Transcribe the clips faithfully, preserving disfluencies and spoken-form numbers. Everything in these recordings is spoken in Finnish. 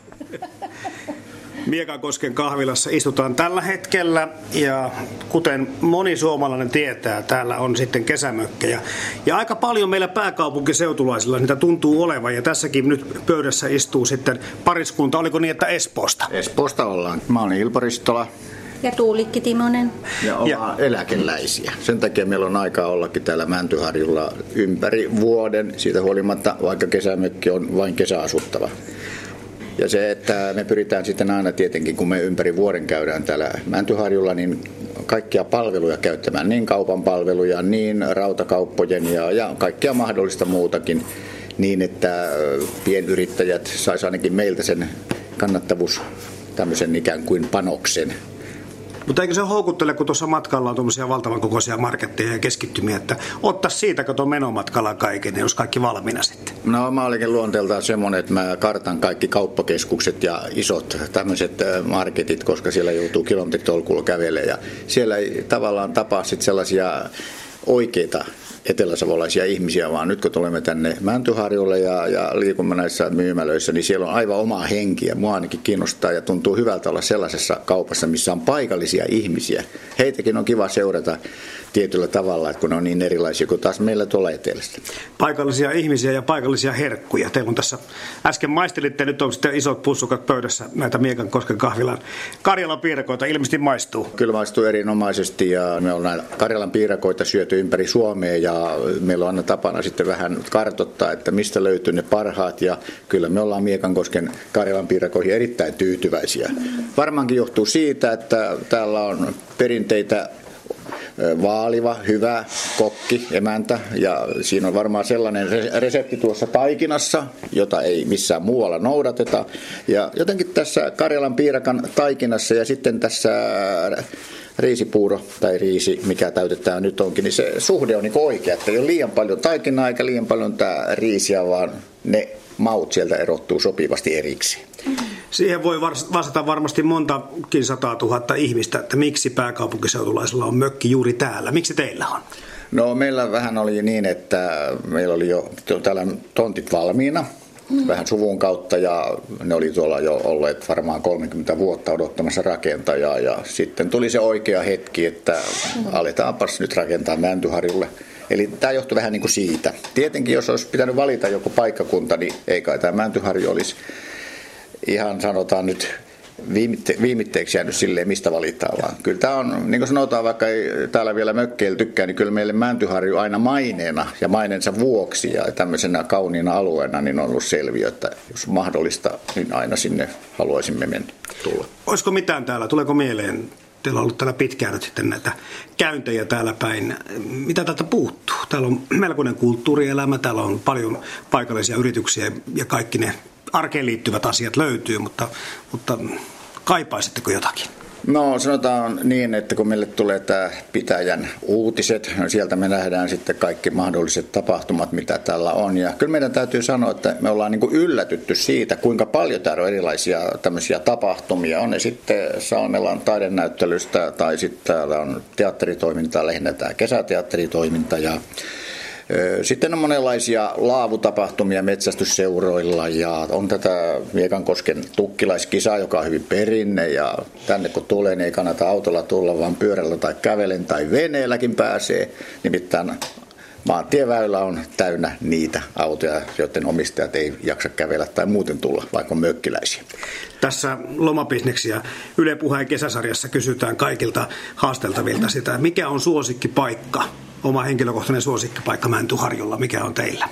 Miekankosken kahvilassa istutaan tällä hetkellä ja kuten moni suomalainen tietää, täällä on sitten kesämökkejä. Ja aika paljon meillä pääkaupunkiseutulaisilla niitä tuntuu olevan ja tässäkin nyt pöydässä istuu sitten pariskunta. Oliko niin, että Espoosta? Espoosta ollaan. Mä olen Ilpo Ristola. Ja Tuulikki Timonen. Ja ollaan ja eläkeläisiä. Sen takia meillä on aikaa ollakin täällä Mäntyharjulla ympäri vuoden, siitä huolimatta vaikka kesämökki on vain kesäasuttava. Ja se, että me pyritään sitten aina tietenkin, kun me ympäri vuoden käydään täällä Mäntyharjulla, niin kaikkia palveluja käyttämään, niin kaupan palveluja, niin rautakauppojen ja, ja kaikkea mahdollista muutakin, niin että pienyrittäjät saisi ainakin meiltä sen kannattavuus tämmöisen ikään kuin panoksen. Mutta eikö se houkuttele, kun tuossa matkalla on tuommoisia valtavan kokoisia marketteja ja keskittymiä, että ottaisi siitä, kato menomatkalla kaiken, jos kaikki valmiina sitten? No mä olinkin luonteeltaan semmoinen, että mä kartan kaikki kauppakeskukset ja isot tämmöiset marketit, koska siellä joutuu kilometritolkulla kävelemään. Ja siellä ei tavallaan tapaa sitten sellaisia oikeita eteläsavolaisia ihmisiä, vaan nyt kun tulemme tänne Mäntyharjulle ja, ja liikumme näissä myymälöissä, niin siellä on aivan omaa henkiä. Mua ainakin kiinnostaa ja tuntuu hyvältä olla sellaisessa kaupassa, missä on paikallisia ihmisiä. Heitäkin on kiva seurata tietyllä tavalla, että kun ne on niin erilaisia kuin taas meillä tuolla etelässä. Paikallisia ihmisiä ja paikallisia herkkuja. Teillä on tässä, äsken maistelitte, nyt on sitten isot pussukat pöydässä näitä Miekankosken kahvilan Karjalan piirakoita. Ilmeisesti maistuu. Kyllä maistuu erinomaisesti ja me ollaan Karjalan piirakoita syöty ympäri Suomea ja meillä on aina tapana sitten vähän kartoittaa, että mistä löytyy ne parhaat ja kyllä me ollaan Miekankosken Karjalan piirakoihin erittäin tyytyväisiä. Varmaankin johtuu siitä, että täällä on perinteitä vaaliva, hyvä kokki, emäntä ja siinä on varmaan sellainen resepti tuossa taikinassa, jota ei missään muualla noudateta ja jotenkin tässä Karjalan piirakan taikinassa ja sitten tässä riisipuuro tai riisi, mikä täytetään nyt onkin, niin se suhde on niin oikea, että ei ole liian paljon taikinaa eikä liian paljon tämä riisiä, vaan ne maut sieltä erottuu sopivasti eriksi. Siihen voi vastata varmasti montakin sataa tuhatta ihmistä, että miksi pääkaupunkiseutulaisilla on mökki juuri täällä. Miksi teillä on? No meillä vähän oli niin, että meillä oli jo täällä tontit valmiina, vähän suvun kautta ja ne oli tuolla jo olleet varmaan kolmekymmentä vuotta odottamassa rakentajaa ja sitten tuli se oikea hetki, että aletaanpas nyt rakentaa Mäntyharjulle. Eli tämä johtui vähän niin kuin siitä. Tietenkin jos olisi pitänyt valita joku paikkakunta, niin ei kai tämä Mäntyharju olisi ihan sanotaan nyt viimitte, viimitteeksi jäänyt silleen, mistä valitaan vaan. Kyllä tämä on, niin kuin sanotaan, vaikka ei täällä vielä mökkeillä tykkää, niin kyllä meille Mäntyharju aina maineena ja maineensa vuoksi ja tämmöisenä kauniina alueena niin on ollut selviö, että jos mahdollista, niin aina sinne haluaisimme mennä tulla. Olisiko mitään täällä? Tuleeko mieleen? Teillä on ollut täällä pitkään nyt sitten näitä käyntejä täällä päin. Mitä täältä puuttuu? Täällä on melkoinen kulttuurielämä, täällä on paljon paikallisia yrityksiä ja kaikki ne arkeen liittyvät asiat löytyy, mutta, mutta kaipaisitteko jotakin? No sanotaan niin, että kun meille tulee tämä pitäjän uutiset, no sieltä me nähdään sitten kaikki mahdolliset tapahtumat, mitä täällä on. Ja kyllä meidän täytyy sanoa, että me ollaan niin kuin yllätytty siitä, kuinka paljon täällä on erilaisia tämmöisiä tapahtumia. On ne sitten Salmelan taidenäyttelystä tai sitten täällä on teatteritoimintaa, lähinnä tämä kesäteatteritoiminta ja sitten on monenlaisia laavutapahtumia metsästysseuroilla ja on tätä Miekankosken tukkilaiskisaa, joka on hyvin perinne ja tänne kun tulee, niin ei kannata autolla tulla, vaan pyörällä tai kävelen tai veneelläkin pääsee. Nimittäin maantieväylä on täynnä niitä autoja, joiden omistajat ei jaksa kävellä tai muuten tulla, vaikka on mökkiläisiä. Tässä Lomabisneksiä Yle Puheen kesäsarjassa kysytään kaikilta haasteltavilta sitä, mikä on suosikkipaikka? Oma henkilökohtainen suosikkipaikka Mäntyharjulla, mikä on teillä?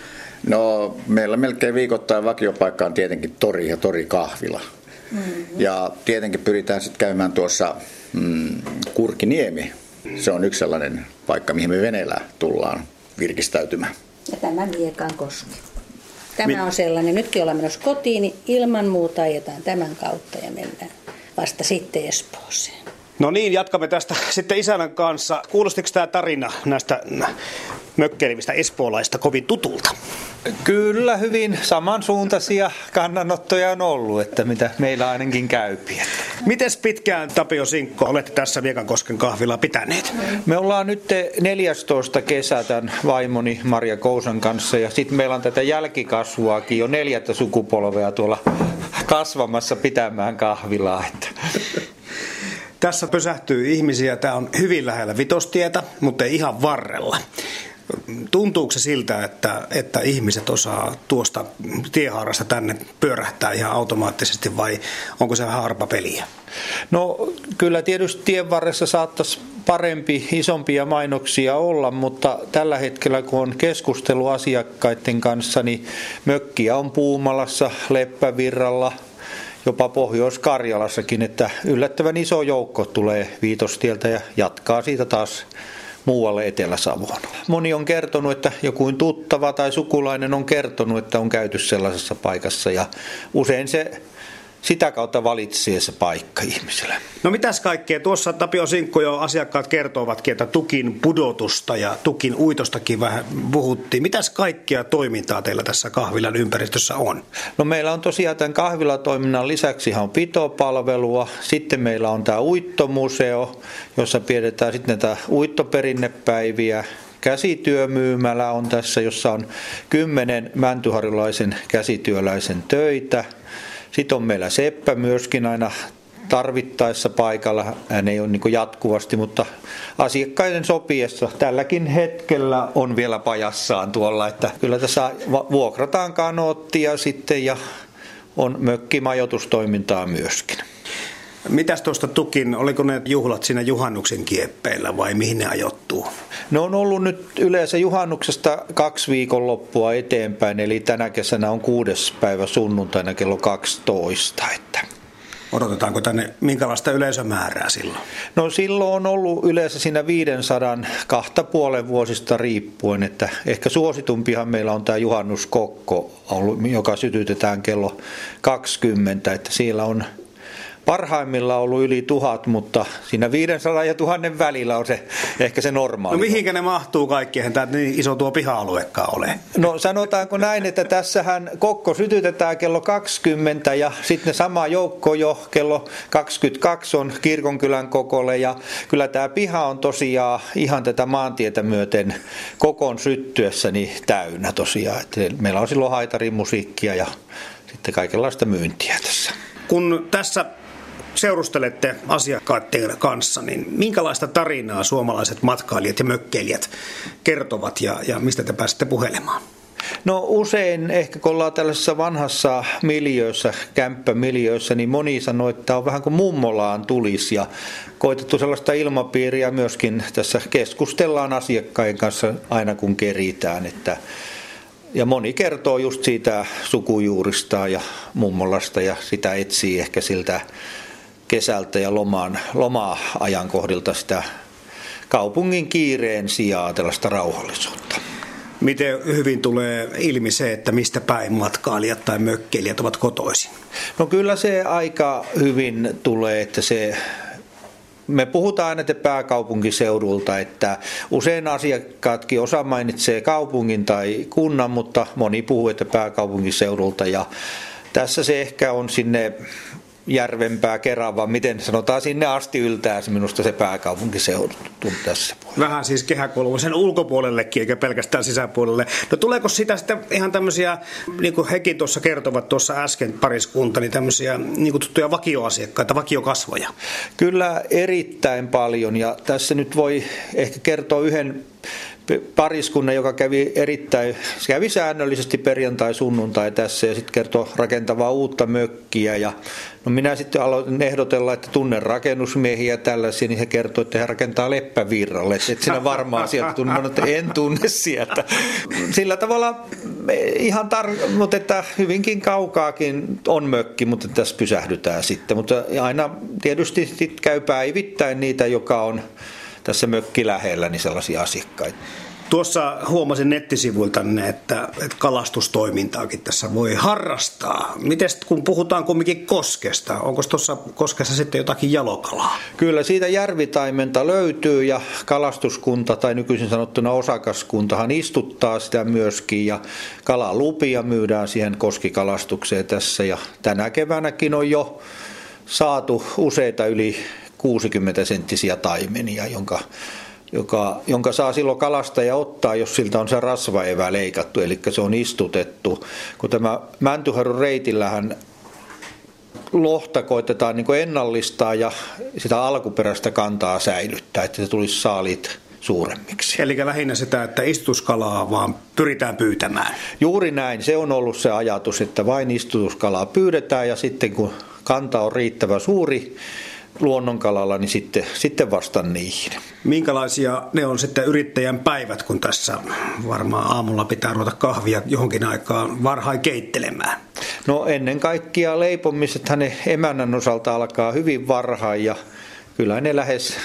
No meillä melkein viikoittain vakiopaikka on tietenkin tori ja torikahvila. Mm-hmm. Ja tietenkin pyritään sitten käymään tuossa mm, Kurkiniemi. Se on yksi sellainen paikka, mihin me veneellä tullaan virkistäytymään. Ja tämä Miekankoski. Tämä Mi- on sellainen, nytkin ollaan menossa kotiin, niin ilman muuta ajetaan tämän kautta ja mennään vasta sitten Espooseen. No niin, jatkamme tästä sitten isännän kanssa. Kuulostiko tämä tarina näistä mökkeilevistä espoolaista kovin tutulta? Kyllä, hyvin samansuuntaisia kannanottoja on ollut, että mitä meillä ainakin käypi. Mites pitkään, Tapio Sinkko, olette tässä Miekankosken kahvilaa pitäneet? Me ollaan nyt neljästoista kesä tämän vaimoni Maria Kousan kanssa ja sitten meillä on tätä jälkikasvuakin jo neljättä sukupolvea tuolla kasvamassa pitämään kahvilaa. Että. Tässä pysähtyy ihmisiä. Tämä on hyvin lähellä Vitostietä, mutta ei ihan varrella. Tuntuuko se siltä, että, että ihmiset osaa tuosta tiehaarasta tänne pyörähtää ihan automaattisesti vai onko se harpapeliä? No kyllä tietysti tien varressa saattaisi parempi, isompia mainoksia olla, mutta tällä hetkellä kun on keskustelu asiakkaiden kanssa, niin mökkiä on Puumalassa, Leppävirralla, jopa Pohjois-Karjalassakin, että yllättävän iso joukko tulee Viitostieltä ja jatkaa siitä taas muualle Etelä-Savoon. Moni on kertonut, että joku tuttava tai sukulainen on kertonut, että on käyty sellaisessa paikassa ja usein se sitä kautta valitsee se paikka ihmiselle. No mitäs kaikkea? Tuossa Tapio Sinkko jo asiakkaat kertovatkin, että tukin pudotusta ja tukin uitostakin vähän puhuttiin. Mitäs kaikkea toimintaa teillä tässä kahvilan ympäristössä on? No meillä on tosiaan tämän kahvilatoiminnan lisäksi on pitopalvelua. Sitten meillä on tämä uittomuseo, jossa pidetään sitten näitä uittoperinnepäiviä. Käsityömyymälä on tässä, jossa on kymmenen mäntyharjulaisen käsityöläisen töitä. Sitten on meillä seppä myöskin aina tarvittaessa paikalla. Hän ei ole niin kuin jatkuvasti, mutta asiakkaiden sopiessa tälläkin hetkellä on vielä pajassaan tuolla. Että kyllä tässä vuokrataan kanoottia sitten ja on mökkimajoitustoimintaa myöskin. Mitäs tuosta tukin, oliko ne juhlat siinä juhannuksen kieppeillä vai mihin ne ajoittuu? Ne on ollut nyt yleensä juhannuksesta kaksi viikonloppua eteenpäin, eli tänä kesänä on kuudes päivä sunnuntaina kello kaksitoista. Että. Odotetaanko tänne minkälaista yleisömäärää silloin? No silloin on ollut yleensä siinä viisisataa kahta puolen vuosista riippuen, että ehkä suositumpihan meillä on tämä juhannuskokko, joka sytytetään kello kaksikymmentä, että siellä on parhaimmillaan ollut yli tuhat, mutta siinä viisisataa ja tuhannen välillä on se ehkä se normaali. No mihinkä ne mahtuu kaikki? Eihän tämä niin iso tuo piha-aluekaan ole. No sanotaanko näin, että tässähän kokko sytytetään kello kaksikymmentä ja sitten sama joukko jo kello kaksikymmentäkaksi on Kirkonkylän kokolle ja kyllä tämä piha on tosiaan ihan tätä maantietä myöten kokon syttyessä niin täynnä tosiaan. Että meillä on silloin haitarimusiikkia ja sitten kaikenlaista myyntiä tässä. Kun tässä seurustelette asiakkaiden kanssa, niin minkälaista tarinaa suomalaiset matkailijat ja mökkeilijät kertovat ja, ja mistä te pääsette puhelemaan? No usein ehkä kun ollaan tällaisessa vanhassa miljöössä, kämppämiljöössä, niin moni sanoo, että on vähän kuin mummolaan tulisi ja koitettu sellaista ilmapiiriä myöskin tässä keskustellaan asiakkaiden kanssa aina kun keritään, että ja moni kertoo just siitä sukujuurista ja mummolasta ja sitä etsii ehkä siltä kesältä ja lomaan, loma-ajankohdilta sitä kaupungin kiireen sijaan tällaista rauhallisuutta. Miten hyvin tulee ilmi se, että mistä päin matkailijat tai mökkeilijät ovat kotoisin? No kyllä se aika hyvin tulee, että se me puhutaan aina että pääkaupunkiseudulta, että usein asiakkaatkin osa mainitsee kaupungin tai kunnan, mutta moni puhuu, että pääkaupunkiseudulta ja tässä se ehkä on sinne Järvenpää, Kerava, miten sanotaan sinne asti yltää se minusta se pääkaupunkiseudu tässä puolella. Vähän siis kehäkulma sen ulkopuolellekin eikä pelkästään sisäpuolelle. No tuleeko sitä sitten ihan tämmöisiä, niin kuin hekin tuossa kertovat tuossa äsken pariskunta, niin tämmöisiä niin kuin tuttuja vakioasiakkaita, vakiokasvoja? Kyllä erittäin paljon ja tässä nyt voi ehkä kertoa yhden pariskunnan, joka kävi erittäin, kävi säännöllisesti perjantai, sunnuntai tässä ja sitten kertoi rakentavaa uutta mökkiä ja no minä sitten aloitin ehdotella, että tunnen rakennusmiehiä tällaisia, niin he kertoi, että he rakentaa Leppävirralle, että et sinä varmaan sieltä tunne, että en tunne sieltä. Sillä tavalla ihan tar- mutta että hyvinkin kaukaakin on mökki, mutta tässä pysähdytään sitten, mutta aina tietysti sit käy päivittäin niitä, joka on tässä mökki lähellä, niin sellaisia asiakkaita. Tuossa huomasin nettisivuiltanne, että, että kalastustoimintaakin tässä voi harrastaa. Miten kun puhutaan kumminkin koskesta, onko tuossa koskessa sitten jotakin jalokalaa? Kyllä siitä järvitaimenta löytyy ja kalastuskunta tai nykyisin sanottuna osakaskuntahan istuttaa sitä myöskin ja kalalupia myydään siihen koskikalastukseen tässä ja tänä keväänäkin on jo saatu useita yli kuusikymmentä senttisiä taimenia, jonka, joka, jonka saa silloin kalastaja ottaa, jos siltä on se rasvaevä leikattu, eli se on istutettu. Kun tämä Mäntyharjun reitillähän lohta koitetaan niin kuin ennallistaa ja sitä alkuperäistä kantaa säilyttää, että se tulisi saaliit suuremmiksi. Eli lähinnä sitä, että istutuskalaa vaan pyritään pyytämään. Juuri näin. Se on ollut se ajatus, että vain istutuskalaa pyydetään ja sitten kun kanta on riittävän suuri luonnonkalalla, niin sitten, sitten vastaan niihin. Minkälaisia ne on sitten yrittäjän päivät, kun tässä varmaan aamulla pitää ruveta kahvia johonkin aikaan varhain keittelemään? No ennen kaikkea leipomisethan ne emännän osalta alkaa hyvin varhain ja kyllä ne lähes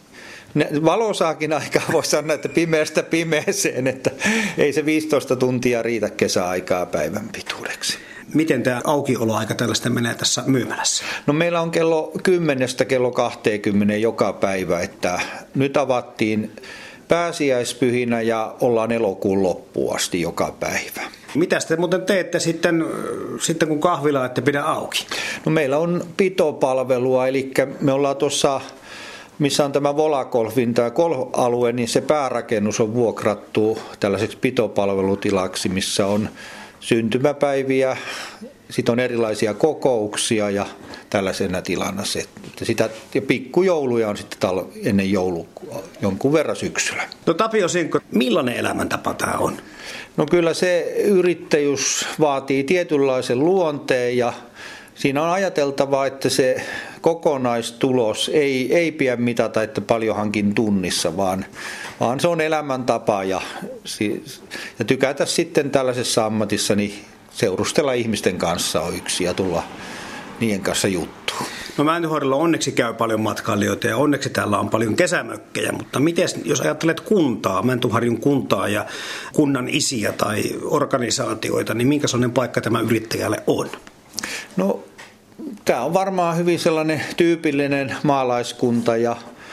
ne valosaakin aikaa voi sanoa, että pimeästä pimeeseen, että ei se viisitoista tuntia riitä kesäaikaa päivän pituudeksi. Miten tämä aukioloaika tällaista menee tässä myymälässä? No meillä on kello kymmenestä kello kaksikymmentä joka päivä, että nyt avattiin pääsiäispyhinä ja ollaan elokuun loppuun asti joka päivä. Mitä te muuten teette sitten, sitten kun kahvila ette pidä auki? No meillä on pitopalvelua, eli me ollaan tuossa, missä on tämä Volakolfin tämä golf-alue, niin se päärakennus on vuokrattu tällaiseksi pitopalvelutilaksi, missä on syntymäpäiviä, sitten on erilaisia kokouksia ja tällaisena tilana se. Sitä, ja pikkujouluja on sitten tal- ennen joulua jonkun verran syksyllä. No Tapio Sinkko, millainen elämäntapa tämä on? No kyllä se yrittäjyys vaatii tietynlaisen luonteen ja siinä on ajateltava, että se kokonaistulos ei, ei pidä mitata, että paljonhankin tunnissa, vaan, vaan se on elämäntapa ja, ja tykätä sitten tällaisessa ammatissa niin seurustella ihmisten kanssa on yksi ja tulla niiden kanssa juttuun. No Mäntyharjulla onneksi käy paljon matkailijoita ja onneksi täällä on paljon kesämökkejä, mutta miten jos ajattelet kuntaa, Mäntyharjun kuntaa ja kunnan isiä tai organisaatioita, niin minkä sellainen paikka tämä yrittäjälle on? No tämä on varmaan hyvin sellainen tyypillinen maalaiskunta ja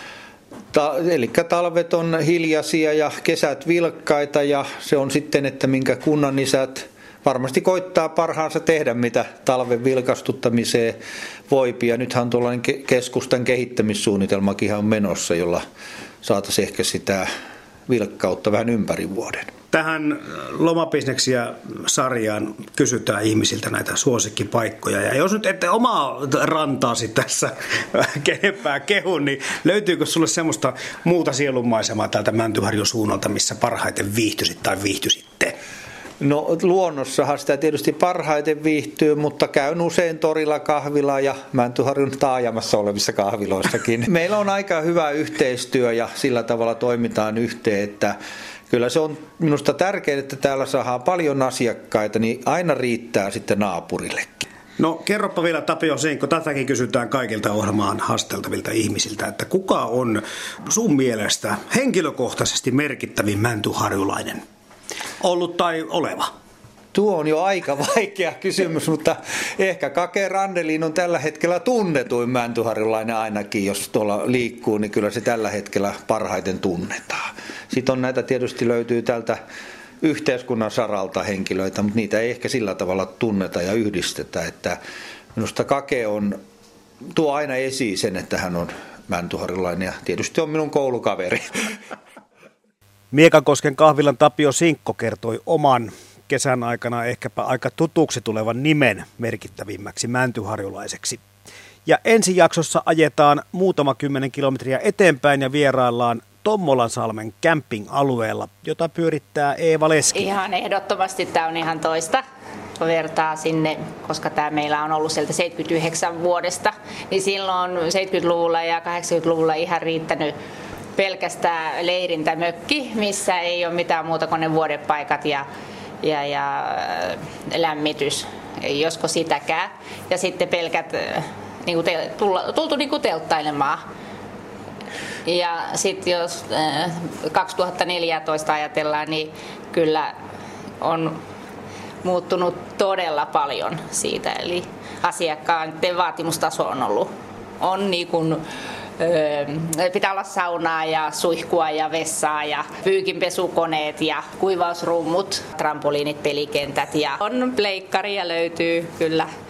Ta, eli talvet on hiljaisia ja kesät vilkkaita ja se on sitten, että minkä kunnan isät varmasti koittaa parhaansa tehdä, mitä talven vilkastuttamiseen voipi. Ja nythän tuollainen keskustan kehittämissuunnitelmakin on menossa, jolla saataisiin ehkä sitä vilkkautta vähän ympäri vuoden. Tähän lomabisneksiä sarjaan kysytään ihmisiltä näitä suosikkipaikkoja. Ja jos nyt ette omaa rantaasi tässä kenempää kehun, niin löytyykö sulle semmoista muuta sielunmaisemaa täältä Mäntyharjun suunnalta, missä parhaiten viihtyisit tai viihtyisitte? No luonnossahan sitä tietysti parhaiten viihtyy, mutta käyn usein torilla kahvilla ja Mäntyharjun taajamassa olevissa kahviloissakin. Meillä on aika hyvä yhteistyö ja sillä tavalla toimitaan yhteen, että kyllä se on minusta tärkeää, että täällä saadaan paljon asiakkaita, niin aina riittää sitten naapurillekin. No kerropa vielä Tapio Sinkko, tätäkin kysytään kaikilta ohjelmaan haasteltavilta ihmisiltä, että kuka on sun mielestä henkilökohtaisesti merkittävin mäntyharjulainen ollut tai oleva? Tuo on jo aika vaikea kysymys, mutta ehkä Kake Randelin on tällä hetkellä tunnetuin mäntyharjulainen ainakin, jos tuolla liikkuu, niin kyllä se tällä hetkellä parhaiten tunnetaan. Sitten on näitä tietysti löytyy tältä yhteiskunnan saralta henkilöitä, mutta niitä ei ehkä sillä tavalla tunneta ja yhdistetä, että minusta Kake on, tuo aina esiin sen, että hän on mäntyharjulainen ja tietysti on minun koulukaveri. Miekankosken kahvilan Tapio Sinkko kertoi oman kesän aikana ehkäpä aika tutuksi tulevan nimen merkittävimmäksi mäntyharjulaiseksi. Ja ensi jaksossa ajetaan muutama kymmenen kilometriä eteenpäin ja vieraillaan Tommolansalmen camping-alueella, jota pyörittää Eeva Leski. Ihan ehdottomasti tämä on ihan toista vertaa sinne, koska tämä meillä on ollut sieltä seitsemänkymmentäyhdeksän vuodesta, niin silloin seitsemänkymmentäluvulla ja kahdeksankymmentäluvulla ihan riittänyt pelkästään leirintämökki, missä ei ole mitään muuta kuin ne vuodepaikat ja, ja, ja lämmitys, josko sitäkään. Ja sitten pelkät niin kuin te, tulla, tultu niin kuin telttailemaan. Ja sitten jos äh, kaksituhattaneljätoista ajatellaan, niin kyllä on muuttunut todella paljon siitä. Eli asiakkaiden vaatimustaso on ollut on niin kuin, öö, pitää olla saunaa ja suihkua ja vessaa ja pyykinpesukoneet ja kuivausrummut, trampoliinit, pelikentät ja on pleikkaria löytyy kyllä.